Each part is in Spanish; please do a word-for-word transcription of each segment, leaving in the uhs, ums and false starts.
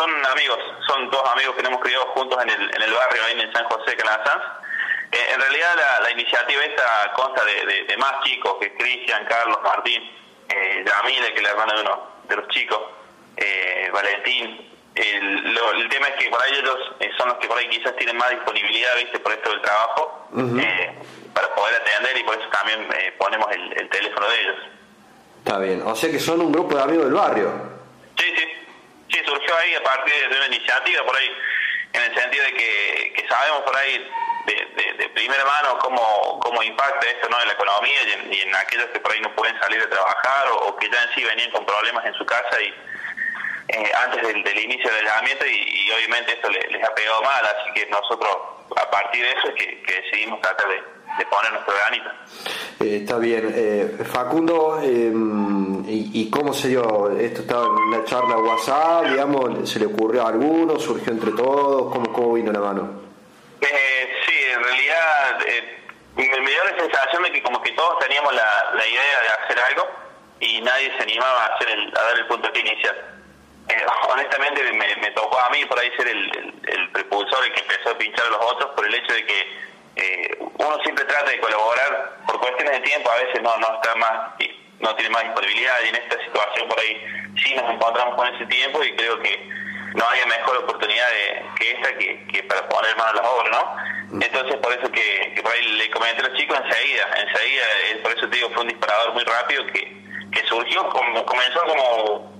son amigos, son dos amigos que nos hemos criado juntos en el, en el barrio, ahí en San José de Calasanz. Eh, en realidad la, la iniciativa esta consta de, de, de más chicos, que Cristian, Carlos, Martín, eh, Yamile, que es la hermana de uno de los chicos, eh, Valentín. El, lo, el tema es que por ahí ellos eh, son los que por ahí quizás tienen más disponibilidad, viste, por esto del trabajo, uh-huh. eh, para poder atender, y por eso también eh, ponemos el, el teléfono de ellos. Está bien, o sea que son un grupo de amigos del barrio. Sí, sí, sí, surgió ahí a partir de una iniciativa por ahí, en el sentido de que, que sabemos por ahí de, de, de primera mano cómo, cómo impacta esto, ¿no?, en la economía y en, y en aquellos que por ahí no pueden salir a trabajar o, o que ya en sí venían con problemas en su casa y eh, antes del, del inicio del aislamiento, y, y obviamente esto les, les ha pegado mal, así que nosotros a partir de eso es que, que decidimos tratar de, de poner nuestro granito. Eh, está bien. Eh, Facundo, eh, y, ¿y cómo se dio? ¿Esto estaba en una charla WhatsApp, digamos? ¿Se le ocurrió a alguno? ¿Surgió entre todos? ¿Cómo, cómo vino la mano? Eh, sí, en realidad eh, me, me dio la sensación de que como que todos teníamos la, la idea de hacer algo y nadie se animaba a, hacer el, a dar el punto inicial. Eh, honestamente me, me tocó a mí por ahí ser el, el, el propulsor, el que empezó a pinchar a los otros, por el hecho de que eh, uno siempre trata de colaborar por cuestiones de tiempo, a veces no no está más, no tiene más disponibilidad, y en esta situación por ahí sí nos encontramos con ese tiempo, y creo que no haya mejor oportunidad de, que esta que, que para poner mano a las obras, ¿no? Entonces por eso que, que por ahí le comenté a los chicos enseguida, enseguida, eh, por eso te digo, fue un disparador muy rápido que, que surgió, como, comenzó como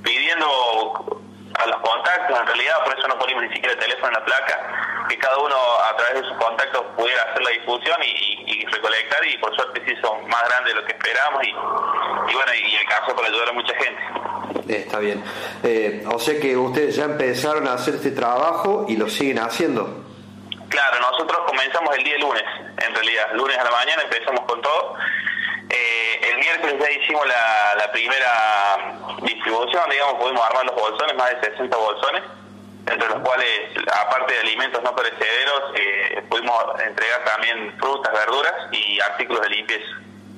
pidiendo a los contactos, en realidad por eso no ponimos ni siquiera el teléfono en la placa, que cada uno a través de sus contactos pudiera hacer la difusión y, y recolectar, y por suerte sí son más grandes de lo que esperábamos, y, y bueno, y el caso para ayudar a mucha gente. Eh, está bien. Eh, o sea que ustedes ya empezaron a hacer este trabajo y lo siguen haciendo. Claro, nosotros comenzamos el día lunes, en realidad, lunes a la mañana empezamos con todo. Eh, el miércoles ya hicimos la, la primera distribución, digamos, pudimos armar los bolsones, más de sesenta bolsones, entre los cuales, aparte de alimentos no perecederos, eh, pudimos entregar también frutas, verduras y artículos de limpieza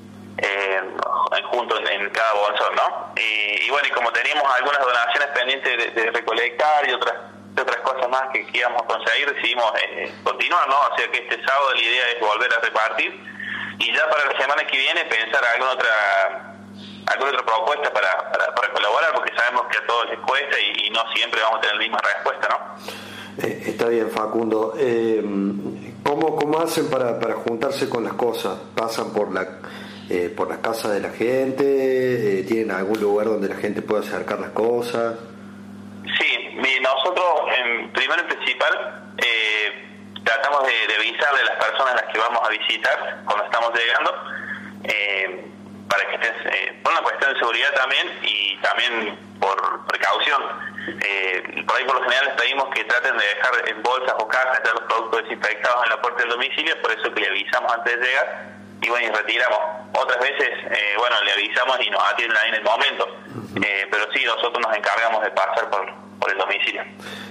eh, juntos en, en cada bolsón, ¿no? Y, y bueno, y como teníamos algunas donaciones pendientes de, de recolectar y otras de otras cosas más que, que íbamos a conseguir, decidimos eh, continuar, ¿no? O sea que este sábado la idea es volver a repartir, y ya para la semana que viene pensar alguna otra alguna otra propuesta para, para, para colaborar, porque sabemos que a todos les cuesta y, y no siempre vamos a tener la misma respuesta, ¿no? Eh, está bien, Facundo. Eh, ¿cómo, ¿Cómo hacen para, para juntarse con las cosas? ¿Pasan por la eh, por las casas de la gente? Eh, ¿Tienen algún lugar donde la gente pueda acercar las cosas? Sí, nosotros en primero y principal eh, tratamos de, de avisarle a las personas a las que vamos a visitar cuando estamos llegando, eh, para que estén, eh, por una cuestión de seguridad también y también por precaución. Eh, por ahí por lo general les pedimos que traten de dejar en bolsas o cajas ya los productos desinfectados en la puerta del domicilio, por eso que le avisamos antes de llegar y bueno, y retiramos. Otras veces, eh, bueno, le avisamos y nos atienden ahí en el momento, eh, pero sí, nosotros nos encargamos de pasar por, por el domicilio.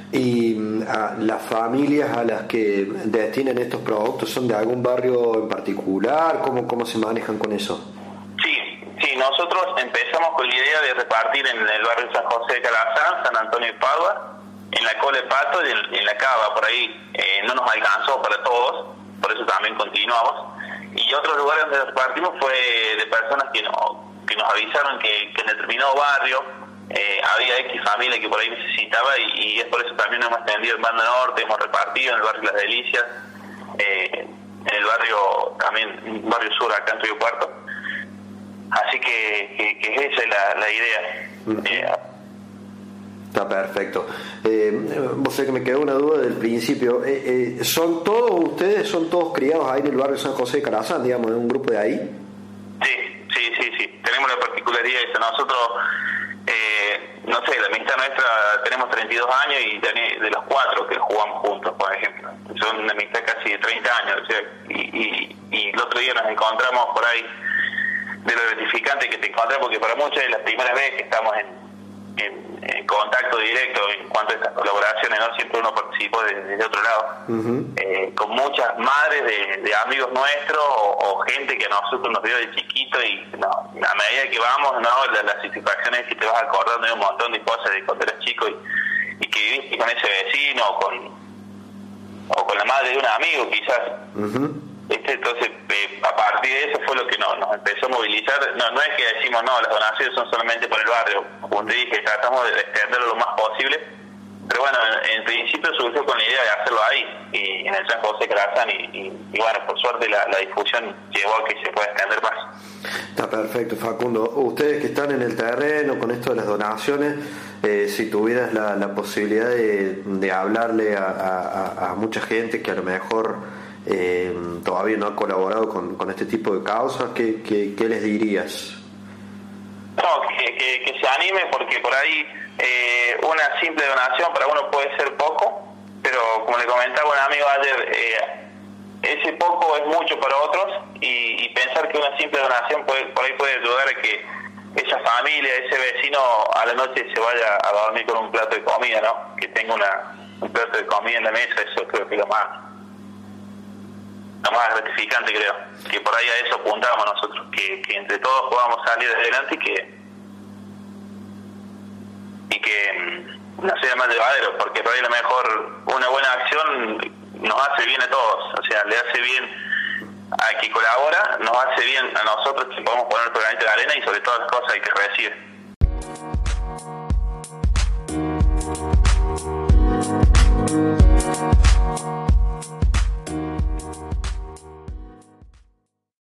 ¿Y a las familias a las que destinan estos productos son de algún barrio en particular? ¿Cómo, cómo se manejan con eso? Sí, sí, nosotros empezamos con la idea de repartir en el barrio San José de Calasanz, San Antonio de Padua, en la Cole Pato y en, en la Cava, por ahí eh, no nos alcanzó para todos, por eso también continuamos. Y otros lugares donde repartimos fue de personas que, no, que nos avisaron que, que en determinado barrio eh, había X familia que por ahí necesitaba, y, y es por eso también nos hemos extendido en Banda Norte, hemos repartido en el barrio Las Delicias, eh, en el barrio también, un barrio sur acá en Río Cuarto. Así que, que, que esa es la, la idea. Uh-huh. eh, Está perfecto. Eh, vos sé que me quedó una duda del principio. Eh, eh, ¿Son todos ustedes, son todos criados ahí en el barrio San José de Calasanz, digamos, en un grupo de ahí? Sí, sí, sí, sí. Tenemos la particularidad esa. Nosotros, eh, no sé, la amistad nuestra, tenemos treinta y dos años y de los cuatro que jugamos juntos, por ejemplo. Son una amistad casi de treinta años. O sea, y, y, y el otro día nos encontramos por ahí, de lo gratificante que te encontrás, porque para muchos es la primera vez que estamos en En, en contacto directo en cuanto a estas colaboraciones, ¿no? Siempre uno participó desde, desde otro lado, uh-huh. eh, con muchas madres de, de amigos nuestros o, o gente que a nosotros nos vio de chiquito, y no, a medida que vamos, no, las, las satisfacciones que te vas acordando de un montón de cosas de cuando eras chico, y, y que viviste con ese vecino o con, o con la madre de un amigo quizás. Uh-huh. Este, entonces, eh, a partir de eso fue lo que no, nos empezó a movilizar. No, no es que decimos, no, las donaciones son solamente por el barrio. Como te dije, tratamos de extenderlo lo más posible. Pero bueno, en, en principio surgió con la idea de hacerlo ahí, y en el San José Crazán, y, y, y bueno, por suerte la, la difusión llevó a que se pueda extender más. Está perfecto, Facundo. Ustedes que están en el terreno con esto de las donaciones, eh, si tuvieras la, la posibilidad de, de hablarle a, a, a mucha gente que a lo mejor eh, todavía no ha colaborado con, con este tipo de causas, ¿qué, qué, qué les dirías? No, que, que, que se anime, porque por ahí eh, una simple donación para uno puede ser poco, pero como le comentaba un amigo ayer, eh, ese poco es mucho para otros, y, y pensar que una simple donación puede, por ahí puede ayudar a que esa familia, ese vecino a la noche se vaya a dormir con un plato de comida, ¿no? Que tenga una, un plato de comida en la mesa. Eso creo que es lo más, lo más gratificante, creo, que por ahí a eso apuntamos nosotros, que, que entre todos podamos salir adelante, y que y que no sea más llevadero, porque por ahí a lo mejor una buena acción nos hace bien a todos, o sea, le hace bien a quien colabora, nos hace bien a nosotros que podemos poner nuestro granito de arena, y sobre todas las cosas hay que recibir.